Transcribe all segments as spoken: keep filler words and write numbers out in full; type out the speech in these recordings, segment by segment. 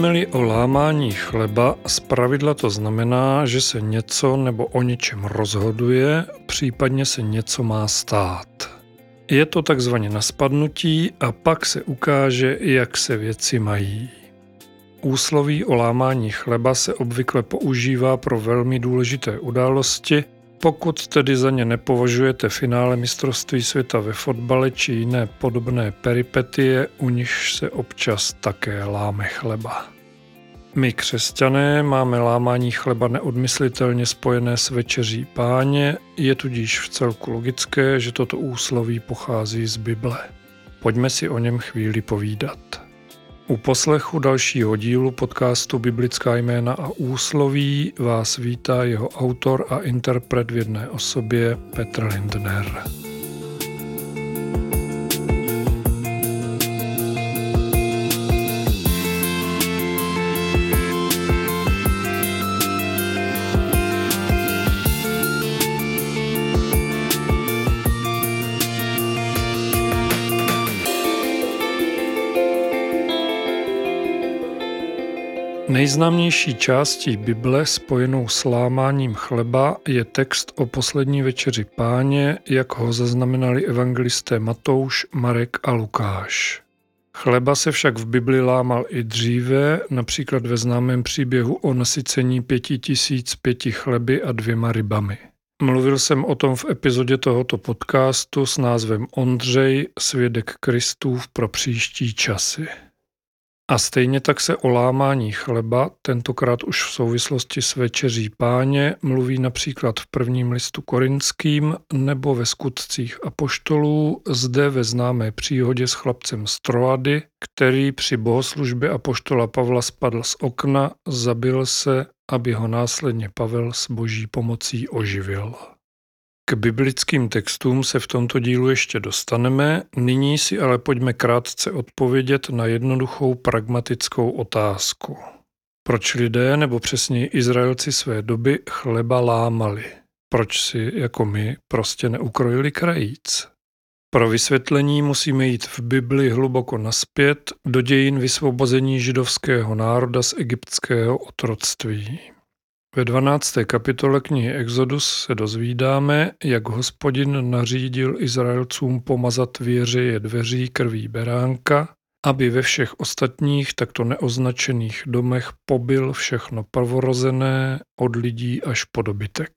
Mluvíme-li o lámání chleba, zpravidla to znamená, že se něco nebo o něčem rozhoduje, případně se něco má stát. Je to takzvaně na spadnutí a pak se ukáže, jak se věci mají. Úsloví o lámání chleba se obvykle používá pro velmi důležité události, pokud tedy za ně nepovažujete finále mistrovství světa ve fotbale či jiné podobné peripetie, u nichž se občas také láme chleba. My křesťané máme lámání chleba neodmyslitelně spojené s večeří Páně, je tudíž vcelku logické, že toto úsloví pochází z Bible. Pojďme si o něm chvíli povídat. U poslechu dalšího dílu podcastu Biblická jména a úsloví vás vítá jeho autor a interpret v jedné osobě Petr Lindner. Nejznámější částí Bible spojenou s lámáním chleba je text o poslední večeři Páně, jak ho zaznamenali evangelisté Matouš, Marek a Lukáš. Chleba se však v Bibli lámal i dříve, například ve známém příběhu o nasycení pěti tisíc pěti chleby a dvěma rybami. Mluvil jsem o tom v epizodě tohoto podcastu s názvem Ondřej, svědek Kristův pro příští časy. A stejně tak se o lámání chleba, tentokrát už v souvislosti s večeří Páně, mluví například v prvním listu Korinským nebo ve Skutcích apoštolů, zde ve známé příhodě s chlapcem z Troady, který při bohoslužbě apoštola Pavla spadl z okna, zabil se, aby ho následně Pavel s boží pomocí oživil. K biblickým textům se v tomto dílu ještě dostaneme, nyní si ale pojďme krátce odpovědět na jednoduchou pragmatickou otázku. Proč lidé, nebo přesněji Izraelci své doby, chleba lámali? Proč si, jako my, prostě neukrojili krajíc? Pro vysvětlení musíme jít v Bibli hluboko nazpět do dějin vysvobození židovského národa z egyptského otroctví. Ve dvanácté kapitole knihy Exodus se dozvídáme, jak Hospodin nařídil Izraelcům pomazat věřeje dveří krví beránka, aby ve všech ostatních takto neoznačených domech pobyl všechno prvorozené od lidí až po dobytek.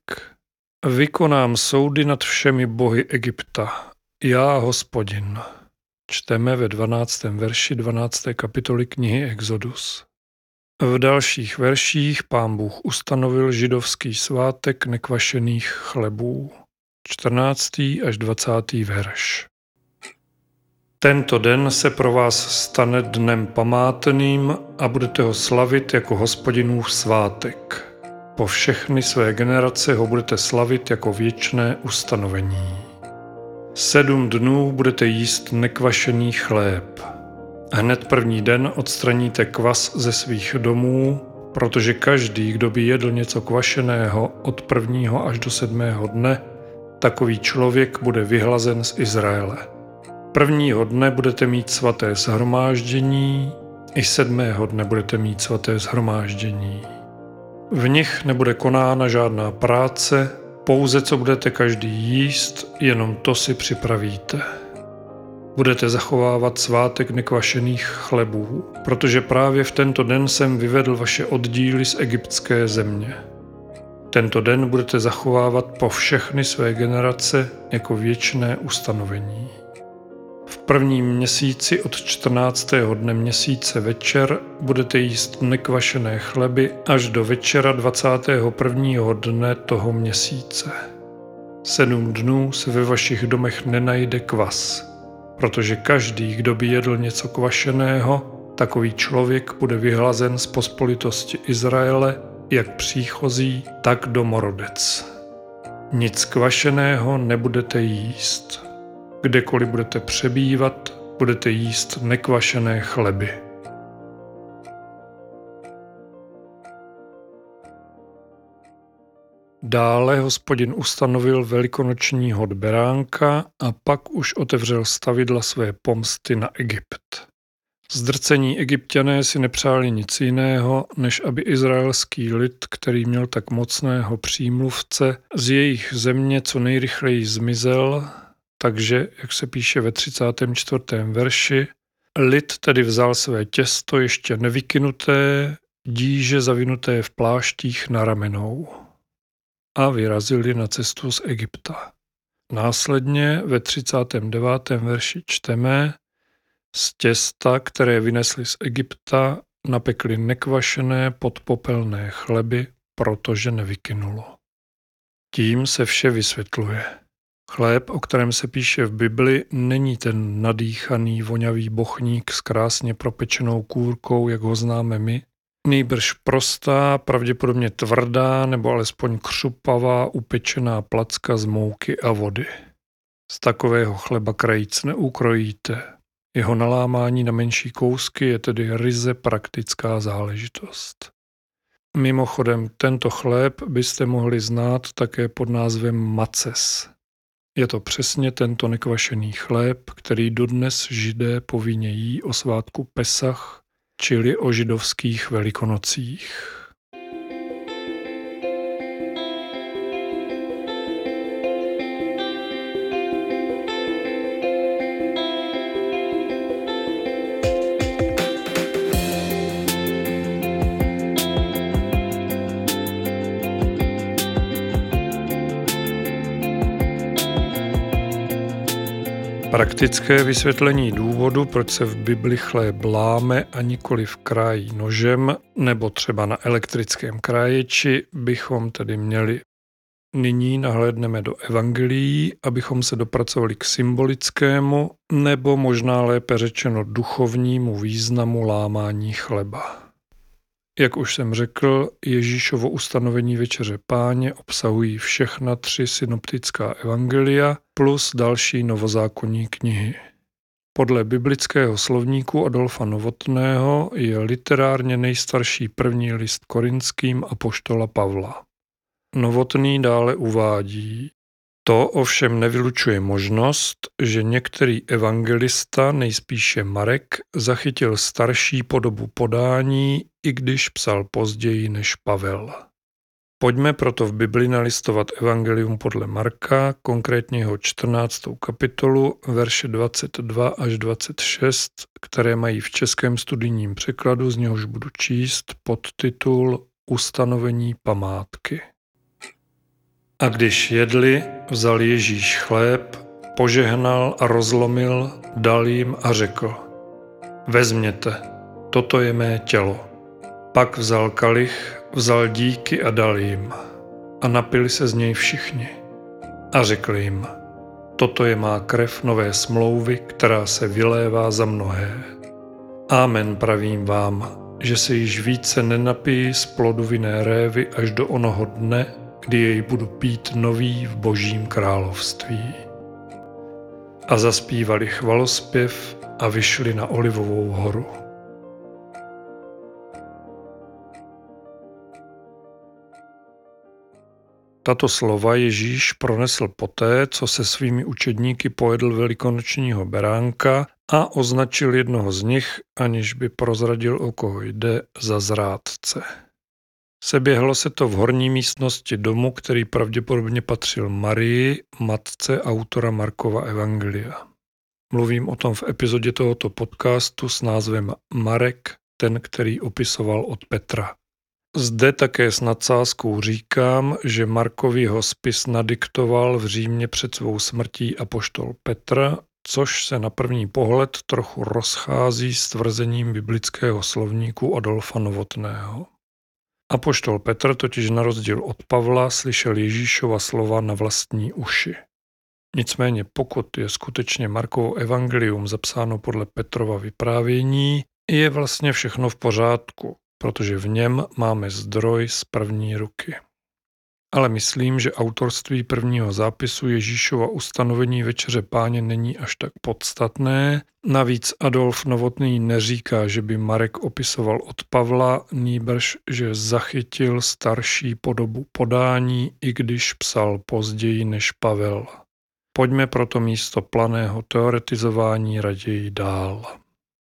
Vykonám soudy nad všemi bohy Egypta, já Hospodin. Čteme ve dvanáctém verši dvanácté kapitoly knihy Exodus. V dalších verších Pán Bůh ustanovil židovský svátek nekvašených chlebů. čtrnáctý až dvacátý verš. Tento den se pro vás stane dnem památným a budete ho slavit jako Hospodinův svátek. Po všechny své generace ho budete slavit jako věčné ustanovení. Sedm dnů budete jíst nekvašený chléb. Hned první den odstraníte kvas ze svých domů, protože každý, kdo by jedl něco kvašeného od prvního až do sedmého dne, takový člověk bude vyhlazen z Izraele. Prvního dne budete mít svaté shromáždění, i sedmého dne budete mít svaté shromáždění. V nich nebude konána žádná práce, pouze co budete každý jíst, jenom to si připravíte. Budete zachovávat svátek nekvašených chlebů, protože právě v tento den jsem vyvedl vaše oddíly z egyptské země. Tento den budete zachovávat po všechny své generace jako věčné ustanovení. V prvním měsíci od čtrnáctého dne měsíce večer budete jíst nekvašené chleby až do večera dvacátého prvního dne toho měsíce. Sedm dnů se ve vašich domech nenajde kvas. Protože každý, kdo by jedl něco kvašeného, takový člověk bude vyhlazen z pospolitosti Izraele, jak příchozí, tak domorodec. Nic kvašeného nebudete jíst. Kdekoliv budete přebývat, budete jíst nekvašené chleby. Dále Hospodin ustanovil velikonoční hod beránka a pak už otevřel stavidla své pomsty na Egypt. Zdrcení Egypťané si nepřáli nic jiného, než aby izraelský lid, který měl tak mocného přímluvce, z jejich země co nejrychleji zmizel, takže, jak se píše ve třicátém čtvrtém verši, lid tedy vzal své těsto ještě nevykynuté, díže zavinuté v pláštích na ramenou a vyrazili na cestu z Egypta. Následně ve třicátém devátém verši čteme: z těsta, které vynesli z Egypta, napekli nekvašené podpopelné chleby, protože nevykynulo. Tím se vše vysvětluje. Chléb, o kterém se píše v Bibli, není ten nadýchaný voňavý bochník s krásně propečenou kůrkou, jak ho známe my, nýbrž prostá, pravděpodobně tvrdá nebo alespoň křupavá upečená placka z mouky a vody. Z takového chleba krajíc neukrojíte. Jeho nalámání na menší kousky je tedy ryze praktická záležitost. Mimochodem, tento chléb byste mohli znát také pod názvem maces. Je to přesně tento nekvašený chléb, který dodnes Židé povinně jí o svátku Pesach, čili o židovských velikonocích. Praktické vysvětlení důvodu, proč se v Bibli chléb láme a nikoli v krájí nožem nebo třeba na elektrickém kráječi, bychom tedy měli. Nyní nahlédneme do evangelií, abychom se dopracovali k symbolickému nebo možná lépe řečeno duchovnímu významu lámání chleba. Jak už jsem řekl, Ježíšovo ustanovení Večeře Páně obsahují všechna tři synoptická evangelia plus další novozákonní knihy. Podle biblického slovníku Adolfa Novotného je literárně nejstarší první list korinským apoštola Pavla. Novotný dále uvádí: to ovšem nevylučuje možnost, že některý evangelista, nejspíše Marek, zachytil starší podobu podání, i když psal později než Pavel. Pojďme proto v Bibli nalistovat evangelium podle Marka, konkrétně jeho čtrnáctou kapitolu, verše dvacet dva až dvacet šest, které mají v českém studijním překladu, z něhož budu číst podtitul Ustanovení památky. A když jedli, vzal Ježíš chléb, požehnal a rozlomil, dal jim a řekl: vezměte, toto je mé tělo. Pak vzal kalich, vzal díky a dal jim. A napili se z něj všichni. A řekl jim: toto je má krev nové smlouvy, která se vylévá za mnohé. Amen, pravím vám, že se již více nenapijí z plodu vinné révy až do onoho dne, kdy jej budu pít nový v Božím království. A zaspívali chvalospěv a vyšli na Olivovou horu. Tato slova Ježíš pronesl poté, co se svými učedníky pojedl velikonočního beránka a označil jednoho z nich, aniž by prozradil, o koho jde, za zrádce. Seběhlo se to v horní místnosti domu, který pravděpodobně patřil Marii, matce autora Markova evangelia. Mluvím o tom v epizodě tohoto podcastu s názvem Marek, ten, který opisoval od Petra. Zde také s nadsázkou říkám, že Markovi ho spis nadiktoval v Římě před svou smrtí apoštol Petr, což se na první pohled trochu rozchází s tvrzením biblického slovníku Adolfa Novotného. Apoštol Petr totiž na rozdíl od Pavla slyšel Ježíšova slova na vlastní uši. Nicméně pokud je skutečně Markovo evangelium zapsáno podle Petrova vyprávění, je vlastně všechno v pořádku, protože v něm máme zdroj z první ruky. Ale myslím, že autorství prvního zápisu Ježíšova ustanovení Večeře Páně není až tak podstatné. Navíc Adolf Novotný neříká, že by Marek opisoval od Pavla, nýbrž, že zachytil starší podobu podání, i když psal později než Pavel. Pojďme proto místo planého teoretizování raději dál.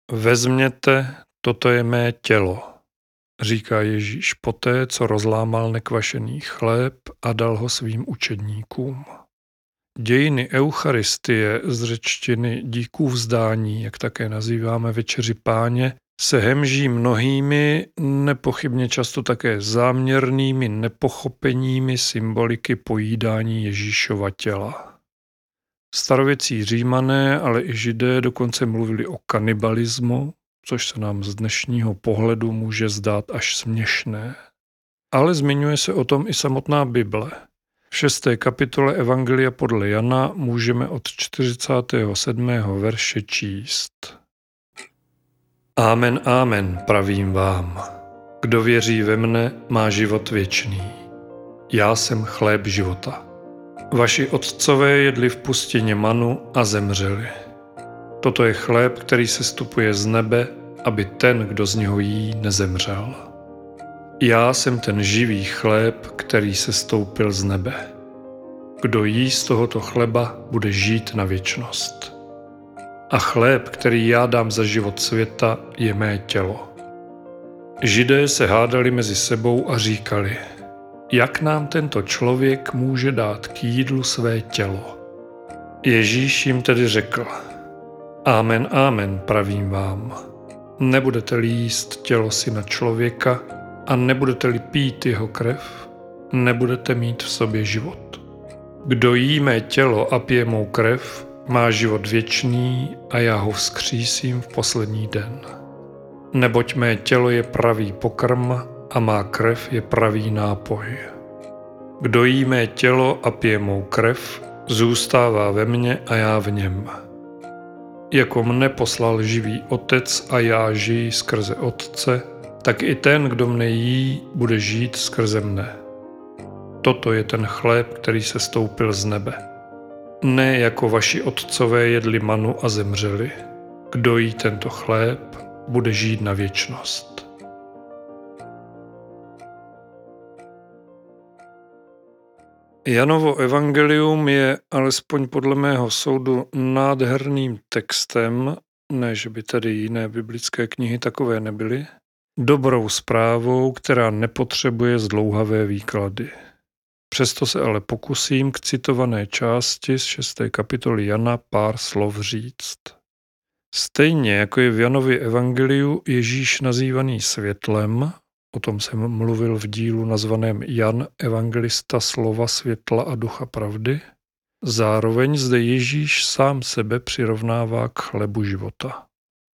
Vezměte, toto je mé tělo, říká Ježíš poté, co rozlámal nekvašený chléb a dal ho svým učedníkům. Dějiny eucharistie z řečtiny díků vzdání, jak také nazýváme večeři Páně, se hemží mnohými, nepochybně často také záměrnými nepochopeními symboliky pojídání Ježíšova těla. Starověcí Římané, ale i Židé dokonce mluvili o kanibalismu, což se nám z dnešního pohledu může zdát až směšné. Ale zmiňuje se o tom i samotná Bible. V šesté kapitole Evangelia podle Jana můžeme od čtyřicátého sedmého verše číst. Amen, amen, pravím vám. Kdo věří ve mne, má život věčný. Já jsem chléb života. Vaši otcové jedli v pustině manu a zemřeli. Toto je chléb, který se stupuje z nebe, aby ten, kdo z něho jí, nezemřel. Já jsem ten živý chléb, který se stoupil z nebe. Kdo jí z tohoto chleba, bude žít na věčnost. A chléb, který já dám za život světa, je mé tělo. Židé se hádali mezi sebou a říkali, jak nám tento člověk může dát k jídlu své tělo? Ježíš jim tedy řekl, amen, amen, pravím vám. Nebudete-li jíst tělo syna člověka a nebudete-li pít jeho krev, nebudete mít v sobě život. Kdo jí mé tělo a pije mou krev, má život věčný a já ho vzkřísím v poslední den. Neboť mé tělo je pravý pokrm a má krev je pravý nápoj. Kdo jí mé tělo a pije mou krev, zůstává ve mně a já v něm. Jako mne poslal živý Otec a já žiji skrze Otce, tak i ten, kdo mne jí, bude žít skrze mne. Toto je ten chléb, který se stoupil z nebe. Ne jako vaši otcové jedli manu a zemřeli. Kdo jí tento chléb, bude žít na věčnost. Janovo evangelium je, alespoň podle mého soudu, nádherným textem, ne že by tady jiné biblické knihy takové nebyly, dobrou zprávou, která nepotřebuje zdlouhavé výklady. Přesto se ale pokusím k citované části z šesté kapitoly Jana pár slov říct. Stejně jako je v Janově evangeliu Ježíš nazývaný světlem, o tom jsem mluvil v dílu nazvaném Jan evangelista slova světla a ducha pravdy, zároveň zde Ježíš sám sebe přirovnává k chlebu života.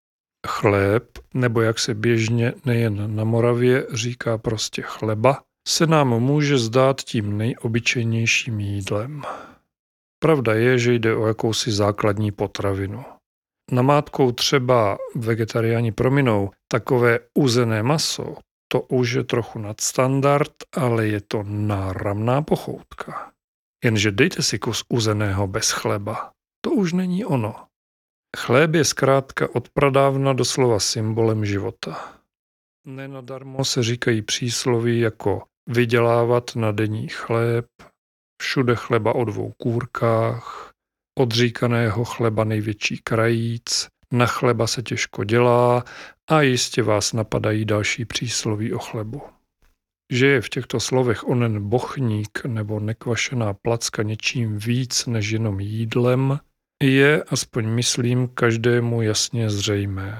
Chléb, nebo jak se běžně nejen na Moravě říká prostě chleba, se nám může zdát tím nejobyčejnějším jídlem. Pravda je, že jde o jakousi základní potravinu. Namátkou třeba vegetariáni prominou takové uzené maso, to už je trochu nadstandard, ale je to náramná pochoutka. Jenže dejte si kus uzeného bez chleba, to už není ono. Chléb je zkrátka od pradávna doslova symbolem života. Nenadarmo se říkají přísloví jako vydělávat na denní chléb, všude chleba o dvou kůrkách, odříkaného chleba největší krajíc, na chleba se těžko dělá a jistě vás napadají další přísloví o chlebu. Že je v těchto slovech onen bochník nebo nekvašená placka něčím víc než jenom jídlem, je, aspoň myslím, každému jasně zřejmé.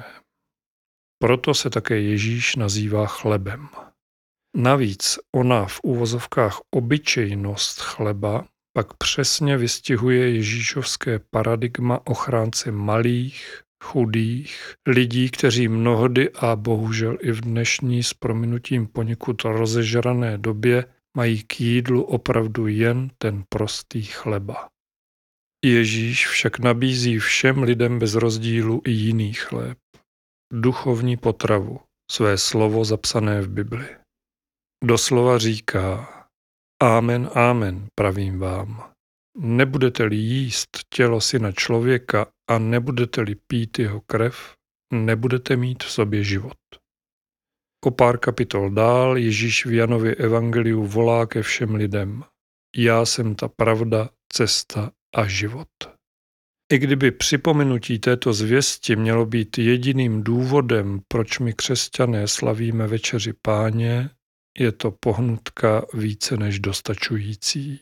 Proto se také Ježíš nazývá chlebem. Navíc ona v uvozovkách obyčejnost chleba pak přesně vystihuje ježíšovské paradigma ochránce malých, chudých, lidí, kteří mnohdy a bohužel i v dnešní s prominutím poněkud rozežrané době mají k jídlu opravdu jen ten prostý chleba. Ježíš však nabízí všem lidem bez rozdílu i jiný chléb, duchovní potravu, své slovo zapsané v Bibli. Doslova říká, amen, amen, pravím vám. Nebudete-li jíst tělo syna člověka a nebudete-li pít jeho krev, nebudete mít v sobě život. O pár kapitol dál Ježíš v Janově evangeliu volá ke všem lidem. Já jsem ta pravda, cesta a život. I kdyby připomenutí této zvěsti mělo být jediným důvodem, proč my křesťané slavíme večeři Páně, je to pohnutka více než dostačující.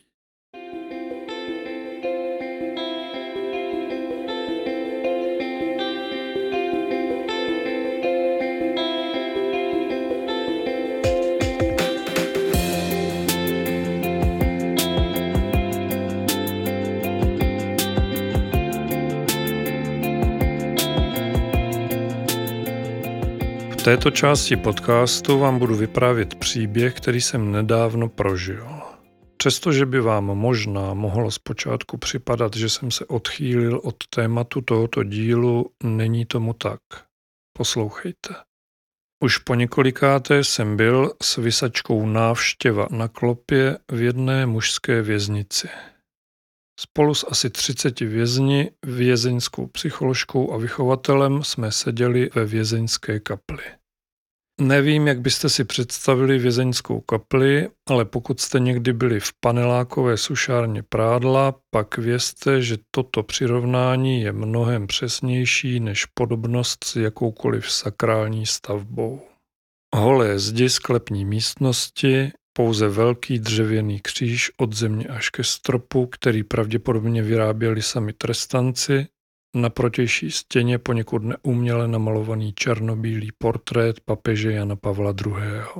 V této části podcastu vám budu vyprávět příběh, který jsem nedávno prožil. Přestože by vám možná mohlo zpočátku připadat, že jsem se odchýlil od tématu tohoto dílu, není tomu tak. Poslouchejte. Už po několikáté jsem byl s visačkou návštěva na klopě v jedné mužské věznici. Spolu s asi třiceti vězni, vězeňskou psycholožkou a vychovatelem jsme seděli ve vězeňské kapli. Nevím, jak byste si představili vězeňskou kapli, ale pokud jste někdy byli v panelákové sušárně prádla, pak vězte, že toto přirovnání je mnohem přesnější než podobnost s jakoukoliv sakrální stavbou. Holé zdi sklepní místnosti, pouze velký dřevěný kříž od země až ke stropu, který pravděpodobně vyráběli sami trestanci, na protější stěně poněkud neuměle namalovaný černobílý portrét papeže Jana Pavla druhého.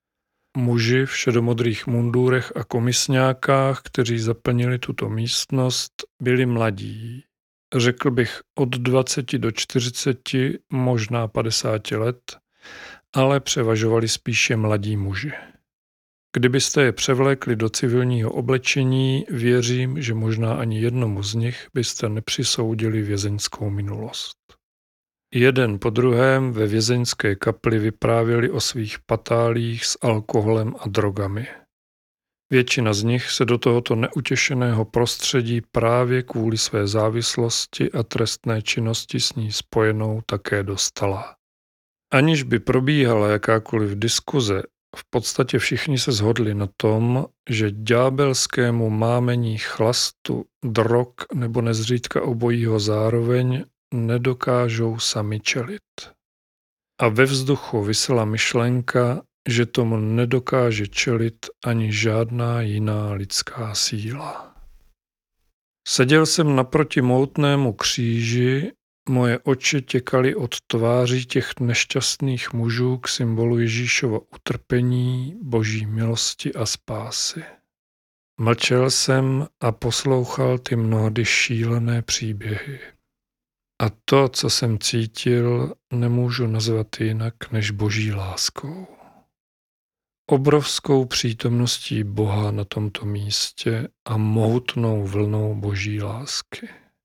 Muži v šedomodrých mundurech a komisňákách, kteří zaplnili tuto místnost, byli mladí. Řekl bych od dvaceti do čtyřiceti, možná padesáti let, ale převažovali spíše mladí muži. Kdybyste je převlékli do civilního oblečení, věřím, že možná ani jednomu z nich byste nepřisoudili vězeňskou minulost. Jeden po druhém ve vězeňské kapli vyprávěli o svých patálích s alkoholem a drogami. Většina z nich se do tohoto neutěšeného prostředí právě kvůli své závislosti a trestné činnosti s ní spojenou také dostala. Aniž by probíhala jakákoliv diskuze, v podstatě všichni se shodli na tom, že ďábelskému mámení chlastu, drog nebo nezřídka obojího zároveň nedokážou sami čelit. A ve vzduchu visela myšlenka, že tomu nedokáže čelit ani žádná jiná lidská síla. Seděl jsem naproti mohutnému kříži, moje oči těkaly od tváří těch nešťastných mužů k symbolu Ježíšova utrpení, boží milosti a spásy. Mlčel jsem a poslouchal ty mnohdy šílené příběhy. A to, co jsem cítil, nemůžu nazvat jinak než boží láskou. Obrovskou přítomností Boha na tomto místě a mohutnou vlnou boží lásky.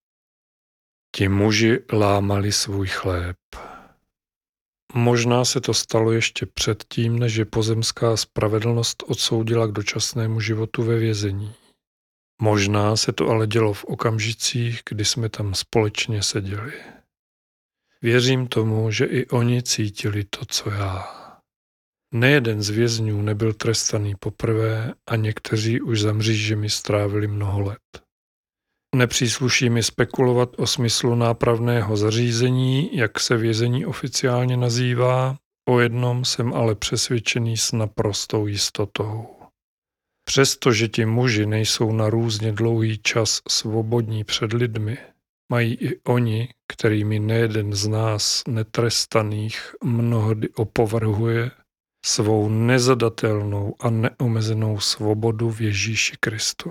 Ti muži lámali svůj chléb. Možná se to stalo ještě předtím, než je pozemská spravedlnost odsoudila k dočasnému životu ve vězení. Možná se to ale dělo v okamžicích, kdy jsme tam společně seděli. Věřím tomu, že i oni cítili to, co já. Nejeden z vězňů nebyl trestaný poprvé a někteří už za mřížemi strávili mnoho let. Nepřísluší mi spekulovat o smyslu nápravného zařízení, jak se vězení oficiálně nazývá, o jednom jsem ale přesvědčený s naprostou jistotou. Přestože ti muži nejsou na různě dlouhý čas svobodní před lidmi, mají i oni, kterými nejeden z nás netrestaných mnohdy opovrhuje, svou nezadatelnou a neomezenou svobodu v Ježíši Kristu.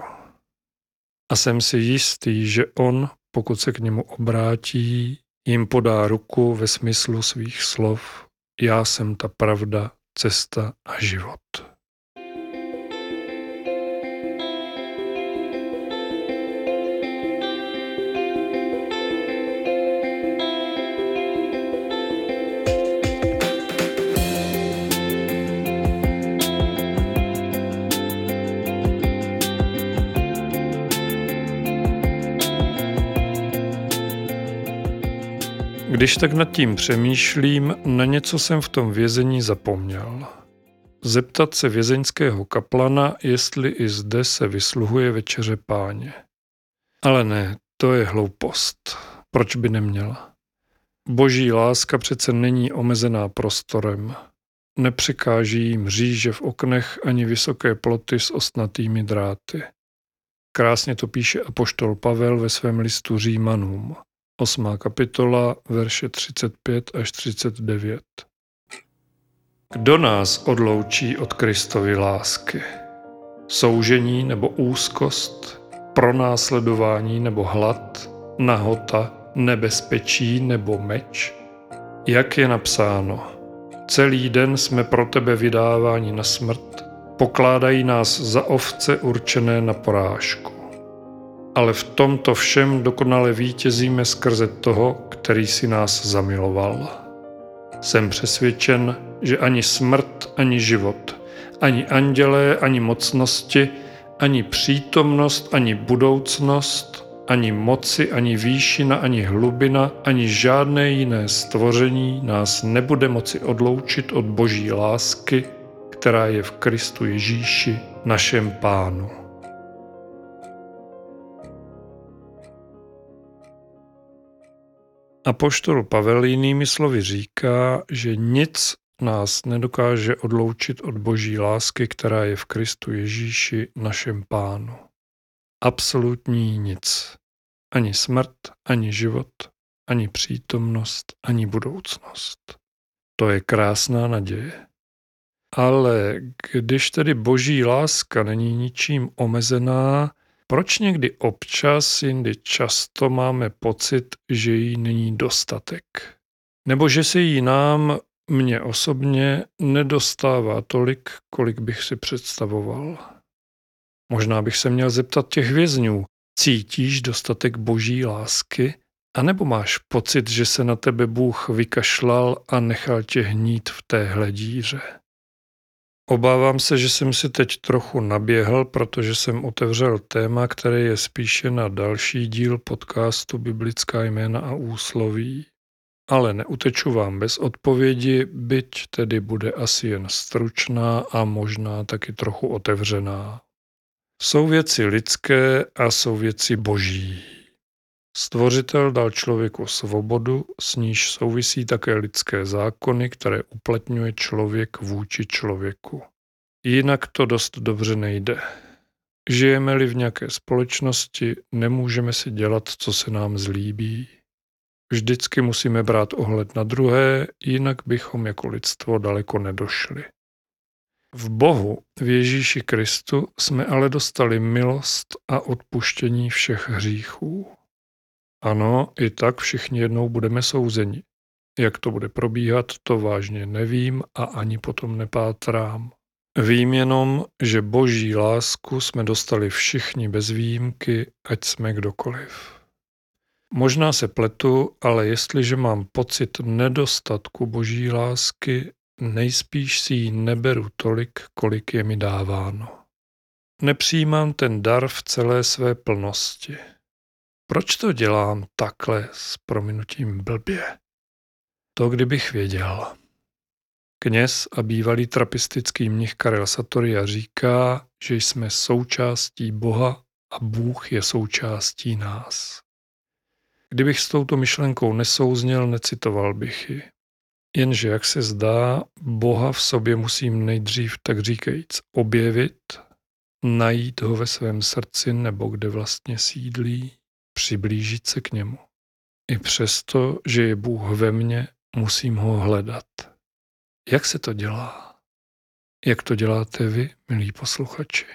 A jsem si jistý, že on, pokud se k němu obrátí, jim podá ruku ve smyslu svých slov: já jsem ta pravda, cesta a život. Když tak nad tím přemýšlím, na něco jsem v tom vězení zapomněl. Zeptat se vězeňského kaplana, jestli i zde se vysluhuje večeře Páně. Ale ne, To je hloupost. Proč by neměla? Boží láska přece není omezená prostorem. Nepřekáží jí mříže v oknech ani vysoké ploty s ostnatými dráty. Krásně to píše apoštol Pavel ve svém listu Římanům. osmá kapitola, verše třicet pět až třicet devět. Kdo nás odloučí od Kristovy lásky? Soužení nebo úzkost, pronásledování nebo hlad, nahota, nebezpečí nebo meč? Jak je napsáno, celý den jsme pro tebe vydáváni na smrt, pokládají nás za ovce určené na porážku. Ale v tomto všem dokonale vítězíme skrze toho, který si nás zamiloval. Jsem přesvědčen, že ani smrt, ani život, ani andělé, ani mocnosti, ani přítomnost, ani budoucnost, ani moci, ani výšina, ani hlubina, ani žádné jiné stvoření nás nebude moci odloučit od Boží lásky, která je v Kristu Ježíši, našem Pánu. Apoštol Pavel jinými slovy říká, že nic nás nedokáže odloučit od Boží lásky, která je v Kristu Ježíši, našem Pánu. Absolutní nic. Ani smrt, ani život, ani přítomnost, ani budoucnost. To je krásná naděje. Ale když tedy Boží láska není ničím omezená, proč někdy občas, jindy často máme pocit, že jí není dostatek? Nebo že se jí nám, mně osobně, nedostává tolik, kolik bych si představoval? Možná bych se měl zeptat těch vězňů, cítíš dostatek Boží lásky? A nebo máš pocit, že se na tebe Bůh vykašlal a nechal tě hnít v téhle díře? Obávám se, že jsem si teď trochu naběhl, protože jsem otevřel téma, které je spíše na další díl podcastu Biblická jména a úsloví. Ale neuteču vám bez odpovědi, byť tedy bude asi jen stručná a možná taky trochu otevřená. Jsou věci lidské a jsou věci boží. Stvořitel dal člověku svobodu, s níž souvisí také lidské zákony, které uplatňuje člověk vůči člověku. Jinak to dost dobře nejde. Žijeme-li v nějaké společnosti, nemůžeme si dělat, co se nám zlíbí. Vždycky musíme brát ohled na druhé, jinak bychom jako lidstvo daleko nedošli. V Bohu, v Ježíši Kristu, jsme ale dostali milost a odpuštění všech hříchů. Ano, i tak všichni jednou budeme souzeni. Jak to bude probíhat, to vážně nevím a ani potom nepátrám. Vím jenom, že Boží lásku jsme dostali všichni bez výjimky, ať jsme kdokoliv. Možná se pletu, ale jestliže mám pocit nedostatku Boží lásky, nejspíš si ji neberu tolik, kolik je mi dáváno. Nepřijímám ten dar v celé své plnosti. Proč to dělám takhle s prominutím blbě? To kdybych věděl. Kněz a bývalý trapistický mnich Karel Satoria říká, že jsme součástí Boha a Bůh je součástí nás. Kdybych s touto myšlenkou nesouzněl, necitoval bych ji. Jenže, jak se zdá, Boha v sobě musím nejdřív, tak říkajíc, objevit, najít ho ve svém srdci nebo kde vlastně sídlí, přiblížit se k němu. I přesto, že je Bůh ve mně, musím ho hledat. Jak se to dělá? Jak to děláte vy, milí posluchači?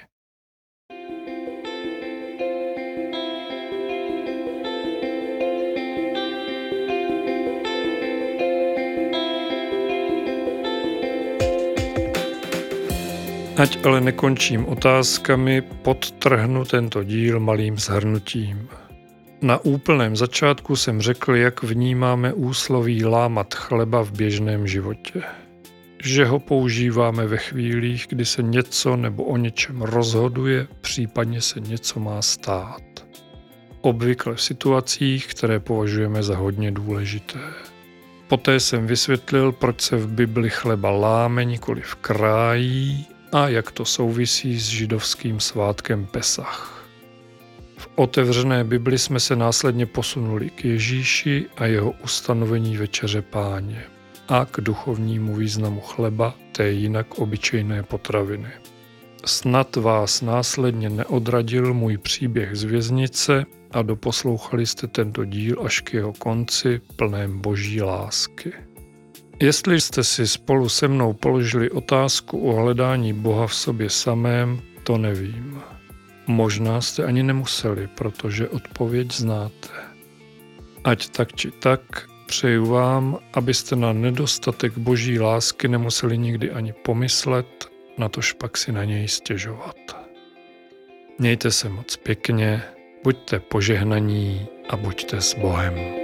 Ať ale nekončím otázkami, podtrhnu tento díl malým shrnutím. Na úplném začátku jsem řekl, jak vnímáme úsloví lámat chleba v běžném životě. Že ho používáme ve chvílích, kdy se něco nebo o něčem rozhoduje, případně se něco má stát. Obvykle v situacích, které považujeme za hodně důležité. Poté jsem vysvětlil, proč se v Bibli chleba láme, nikoliv krájí, a jak to souvisí s židovským svátkem Pesach. V otevřené Bibli jsme se následně posunuli k Ježíši a jeho ustanovení večeře Páně a k duchovnímu významu chleba, té jinak obyčejné potraviny. Snad vás následně neodradil můj příběh z věznice a doposlouchali jste tento díl až k jeho konci plném boží lásky. Jestli jste si spolu se mnou položili otázku o hledání Boha v sobě samém, to nevím. Možná jste ani nemuseli, protože odpověď znáte. Ať tak či tak, přeju vám, abyste na nedostatek boží lásky nemuseli nikdy ani pomyslet, natož pak si na něj stěžovat. Mějte se moc pěkně, buďte požehnaní a buďte s Bohem.